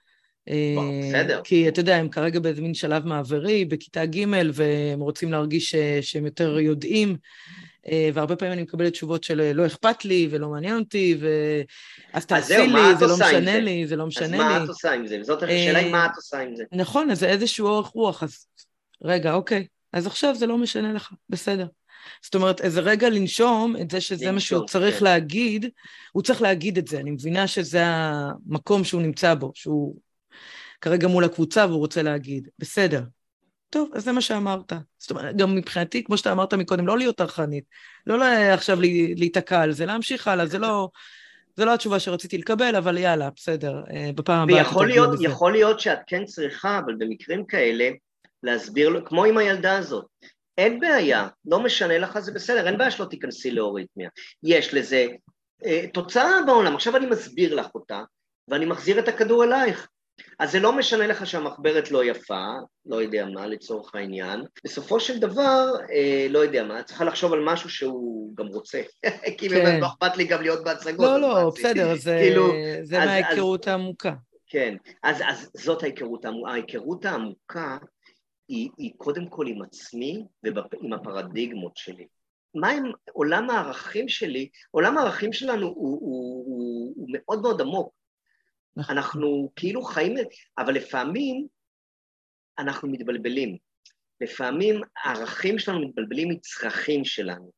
בסדר.
כי אתה יודע, הם כרגע באיזה מין שלב מעברי, בכיתה ג' והם רוצים להרגיש שהם יותר יודעים, והרבה פעמים אני מקבלת תשובות של לא אכפת לי ולא מעניין אותי, אז תעשי לי, זה לא משנה לי, זה לא משנה לי.
אז מה את עושה עם זה? זאת השאלה היא מה את עושה עם זה.
נכון, אז זה איזשהו אורך רוח, אז רגע, אוקיי, אז עכשיו זה לא משנה לך, בסדר. זאת אומרת, איזה רגע לנשום את זה שזה מה שהוא צריך להגיד, הוא צריך להגיד את זה, אני מבינה שזה המקום שהוא נמצא בו, שהוא כרגע מול הקבוצה והוא רוצה להגיד, בסדר. טוב, אז זה מה שאמרת. זאת אומרת, גם מבחינתי, כמו שאתה אמרת מקודם, לא להיות תרחנית, לא עכשיו להתקע על זה, להמשיך הלאה, זה לא התשובה שרציתי לקבל, אבל יאללה, בסדר, בפעם הבאה תתרגלו בזה.
ויכול להיות שאת כן צריכה, אבל במקרים כאלה, להסביר לו, כמו עם הילדה הזאת, אין בעיה, לא משנה לך, זה בסדר, אין בעיה שלא תיכנסי לאוריתמיה. יש לזה תוצאה בעולם, עכשיו אני מסביר לך אותה, ואני מחזיר את הכדור אלייך. אז זה לא משנה לך שהמחברת לא יפה, לא יודע מה, לצורך העניין. בסופו של דבר, לא יודע מה, צריכה לחשוב על משהו שהוא גם רוצה. כי באמת לא אכפת לי גם להיות בהצגות.
לא, בסדר, זה מההיכרות העמוקה.
כן, אז זאת ההיכרות העמוקה. ההיכרות העמוקה היא קודם כל עם עצמי ועם הפרדיגמות שלי. מה עם עולם הערכים שלי? עולם הערכים שלנו הוא מאוד מאוד עמוק. אנחנו כאילו חיים, אבל לפעמים אנחנו מתבלבלים. לפעמים הערכים שלנו מתבלבלים מצרכים שלנו.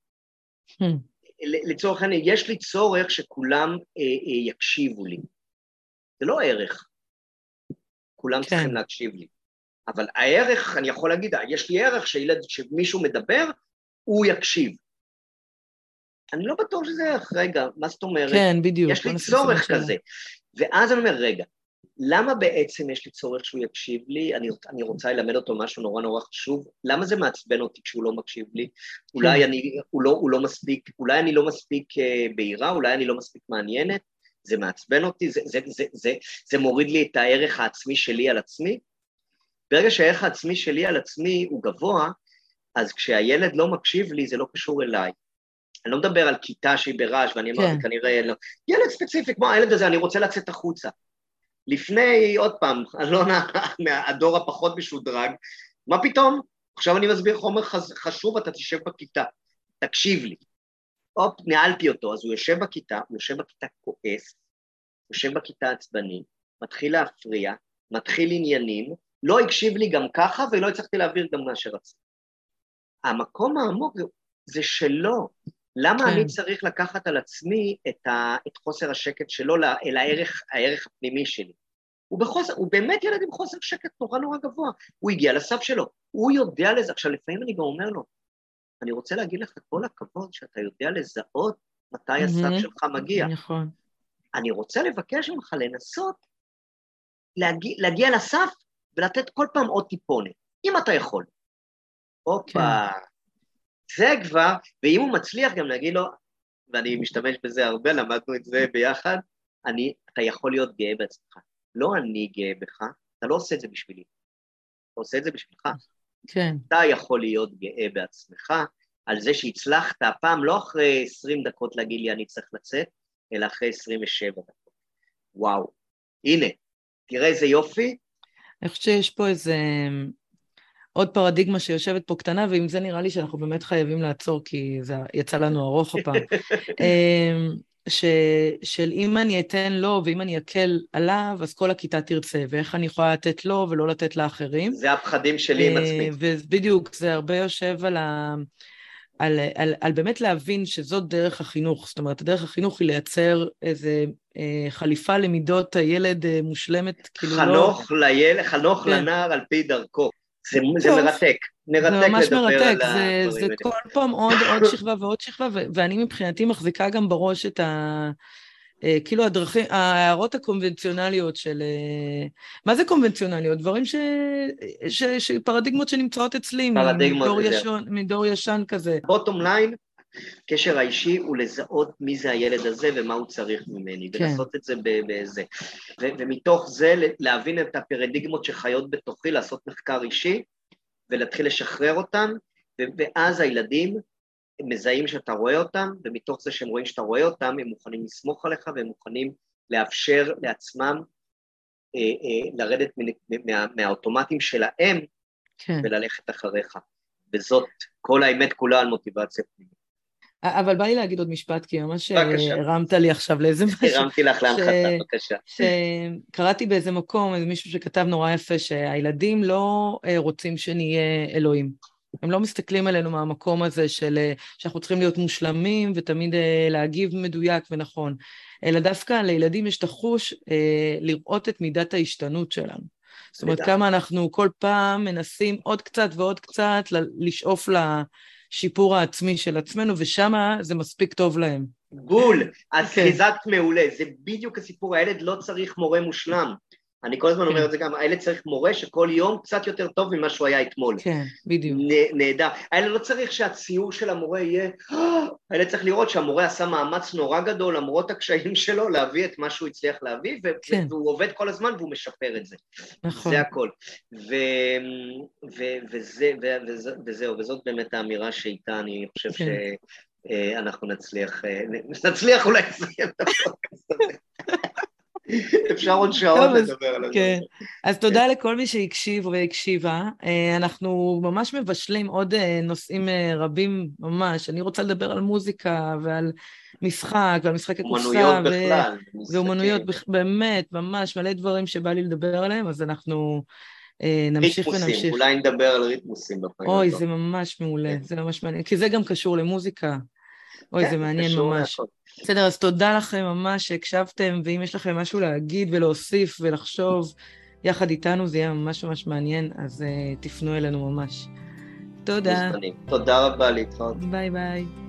לצורך העניין, יש לי צורך שכולם יקשיבו לי. זה לא ערך. כולם צריכים להקשיב לי. אבל הערך, אני יכול להגיד, יש לי ערך שמישהו מדבר, הוא יקשיב. אני לא בטוח שזה ערך, רגע, מה זאת אומרת?
כן, בדיוק.
יש לי צורך כזה. ואז אני אומר, רגע, למה בעצם יש לי צורך שהוא יקשיב לי? אני רוצה ללמד אותו משהו נורא נורא חשוב. למה זה מעצבן אותי כשהוא לא מקשיב לי? אולי אני לא מספיק בהירה, אולי אני לא מספיק מעניינת, זה מעצבן אותי, זה מוריד לי את הערך העצמי שלי על עצמי. ברגע שהערך העצמי שלי על עצמי הוא גבוה, אז כשהילד לא מקשיב לי, זה לא קשור אליי. אני לא מדבר על כיתה שהיא ברעש, ואני אמרתי כנראה, ילד ספציפי, כמו הילד הזה, אני רוצה לצאת החוצה. לפני, עוד פעם, אלונה, מהדור הפחות משודרג, מה פתאום? עכשיו אני מסביר חומר חשוב, אתה תשב בכיתה, תקשיב לי. הופ, נעלתי אותו, אז הוא יושב בכיתה כועס, יושב בכיתה עצבני, מתחיל להפריע, מתחיל עניינים, לא הקשיב לי גם ככה, ולא הצלחתי להעביר גם מה שרציתי. המקום העמוק זה שלא. למה אני צריך לקחת על עצמי את חוסר השקט שלו אל הערך הפנימי שלי? הוא באמת ילד עם חוסר שקט נורא נורא גבוה. הוא הגיע לסף שלו, הוא יודע לזה. עכשיו, לפעמים אני גם אומר לו, אני רוצה להגיד לך כל הכבוד שאתה יודע לזהות מתי הסף שלך מגיע.
נכון.
אני רוצה לבקש ממך לנסות להגיע לסף ולתת כל פעם עוד טיפונת, אם אתה יכול. הופה, זה כבר, ואם הוא מצליח גם להגיד לו, ואני משתמש בזה הרבה, למדנו את זה ביחד, אתה יכול להיות גאה בעצמך. לא אני גאה בך, אתה לא עושה את זה בשבילי, אתה עושה את זה בשבילך.
כן.
אתה יכול להיות גאה בעצמך, על זה שהצלחת, הפעם לא אחרי 20 דקות להגיד לי אני צריך לצאת, אלא אחרי 27 דקות. וואו, הנה, תראה איזה יופי.
אני חושבת שיש פה איזה עוד פרדיגמה שיושבת פה קטנה, ועם זה נראה לי שאנחנו באמת חייבים לעצור, כי זה יצא לנו ארוך הפעם. של אם אני אתן לו, ואם אני אקל עליו, אז כל הכיתה תרצה, ואיך אני יכולה לתת לו ולא לתת לאחרים.
זה הפחדים שלי עם עצמי.
ובדיוק, זה הרבה יושב על באמת להבין שזאת דרך החינוך, זאת אומרת, דרך החינוך היא לייצר איזה חליפה למידות הילד מושלמת, כאילו לא...
חנוך לנער על פי דרכו. זה מרתק,
זה ממש מרתק, זה כל פעם עוד שכבה ועוד שכבה, ואני מבחינתי מחזיקה גם בראש את כאילו הדרכים, ההערות הקונבנציונליות של... מה זה קונבנציונליות? דברים פרדיגמות שנמצאות אצלי, מדור ישן כזה.
בוטום ליין, קשר האישי הוא לזהות מי זה הילד הזה ומה הוא צריך ממני, ולעשות את זה בזה. ומתוך זה להבין את הפרדיגמות שחיות בתוכי, לעשות מחקר אישי, ולהתחיל לשחרר אותם, ואז הילדים מזהים שאתה רואה אותם, ומתוך זה שהם רואים שאתה רואה אותם, הם מוכנים לסמוך עליך, והם מוכנים לאפשר לעצמם לרדת מהאוטומטים שלהם, וללכת אחריך. וזאת כל האמת כולה על מוטיבציה פנימית.
אבל בא לי להגיד עוד משפט, כי ממש הרמת לי עכשיו לאיזה משהו.
הרמתי לך להנחתה, בבקשה.
שקראתי באיזה מקום, איזה מישהו שכתב נורא יפה, שהילדים לא רוצים שנהיה אלוהים. הם לא מסתכלים עלינו מהמקום הזה שאנחנו צריכים להיות מושלמים, ותמיד להגיב מדויק ונכון. אלא דווקא לילדים יש את החוש לראות את מידת ההשתנות שלנו. זאת אומרת, כמה אנחנו כל פעם מנסים עוד קצת ועוד קצת לשאוף לשיפור העצמי של עצמנו, ושמה זה מספיק טוב להם.
בול, אז חיזת מעולה, זה בדיוק הסיפור, הילד לא צריך מורה מושלם. אני כל הזמן אומר את זה גם, הילד צריך מורה שכל יום קצת יותר טוב ממה שהוא היה אתמול.
כן, בדיוק.
נהדר. הילד לא צריך שהציור של המורה יהיה, הילד צריך לראות שהמורה עשה מאמץ נורא גדול, למרות הקשיים שלו, להביא את מה שהוא הצליח להביא, והוא עובד כל הזמן והוא משפר את זה.
נכון.
זה הכל. וזהו, וזאת באמת האמירה שאיתה, אני חושב שאנחנו נצליח אולי לסיים את הפודקאסט הזה. אפשר עוד שעות לדבר על זה.
אז תודה לכל מי שהקשיב והקשיבה. אנחנו ממש מבשלים עוד נושאים רבים ממש. אני רוצה לדבר על מוזיקה ועל משחק, ועל משחק הקופסה.
אומנויות בכלל.
ואומנויות באמת, ממש מלא דברים שבא לי לדבר עליהם, אז אנחנו נמשיך ונמשיך.
אולי נדבר על ריתמוסים בפעמים.
אוי, זה ממש מעולה, זה ממש מעניין, כי זה גם קשור למוזיקה. אוי, זה מעניין ממש. בסדר, אז תודה לכם ממש שהקשבתם, ואם יש לכם משהו להגיד ולהוסיף ולחשוב יחד איתנו, זה יהיה ממש ממש מעניין, אז תפנו אלינו ממש. תודה.
תודה רבה להתראות.
ביי ביי.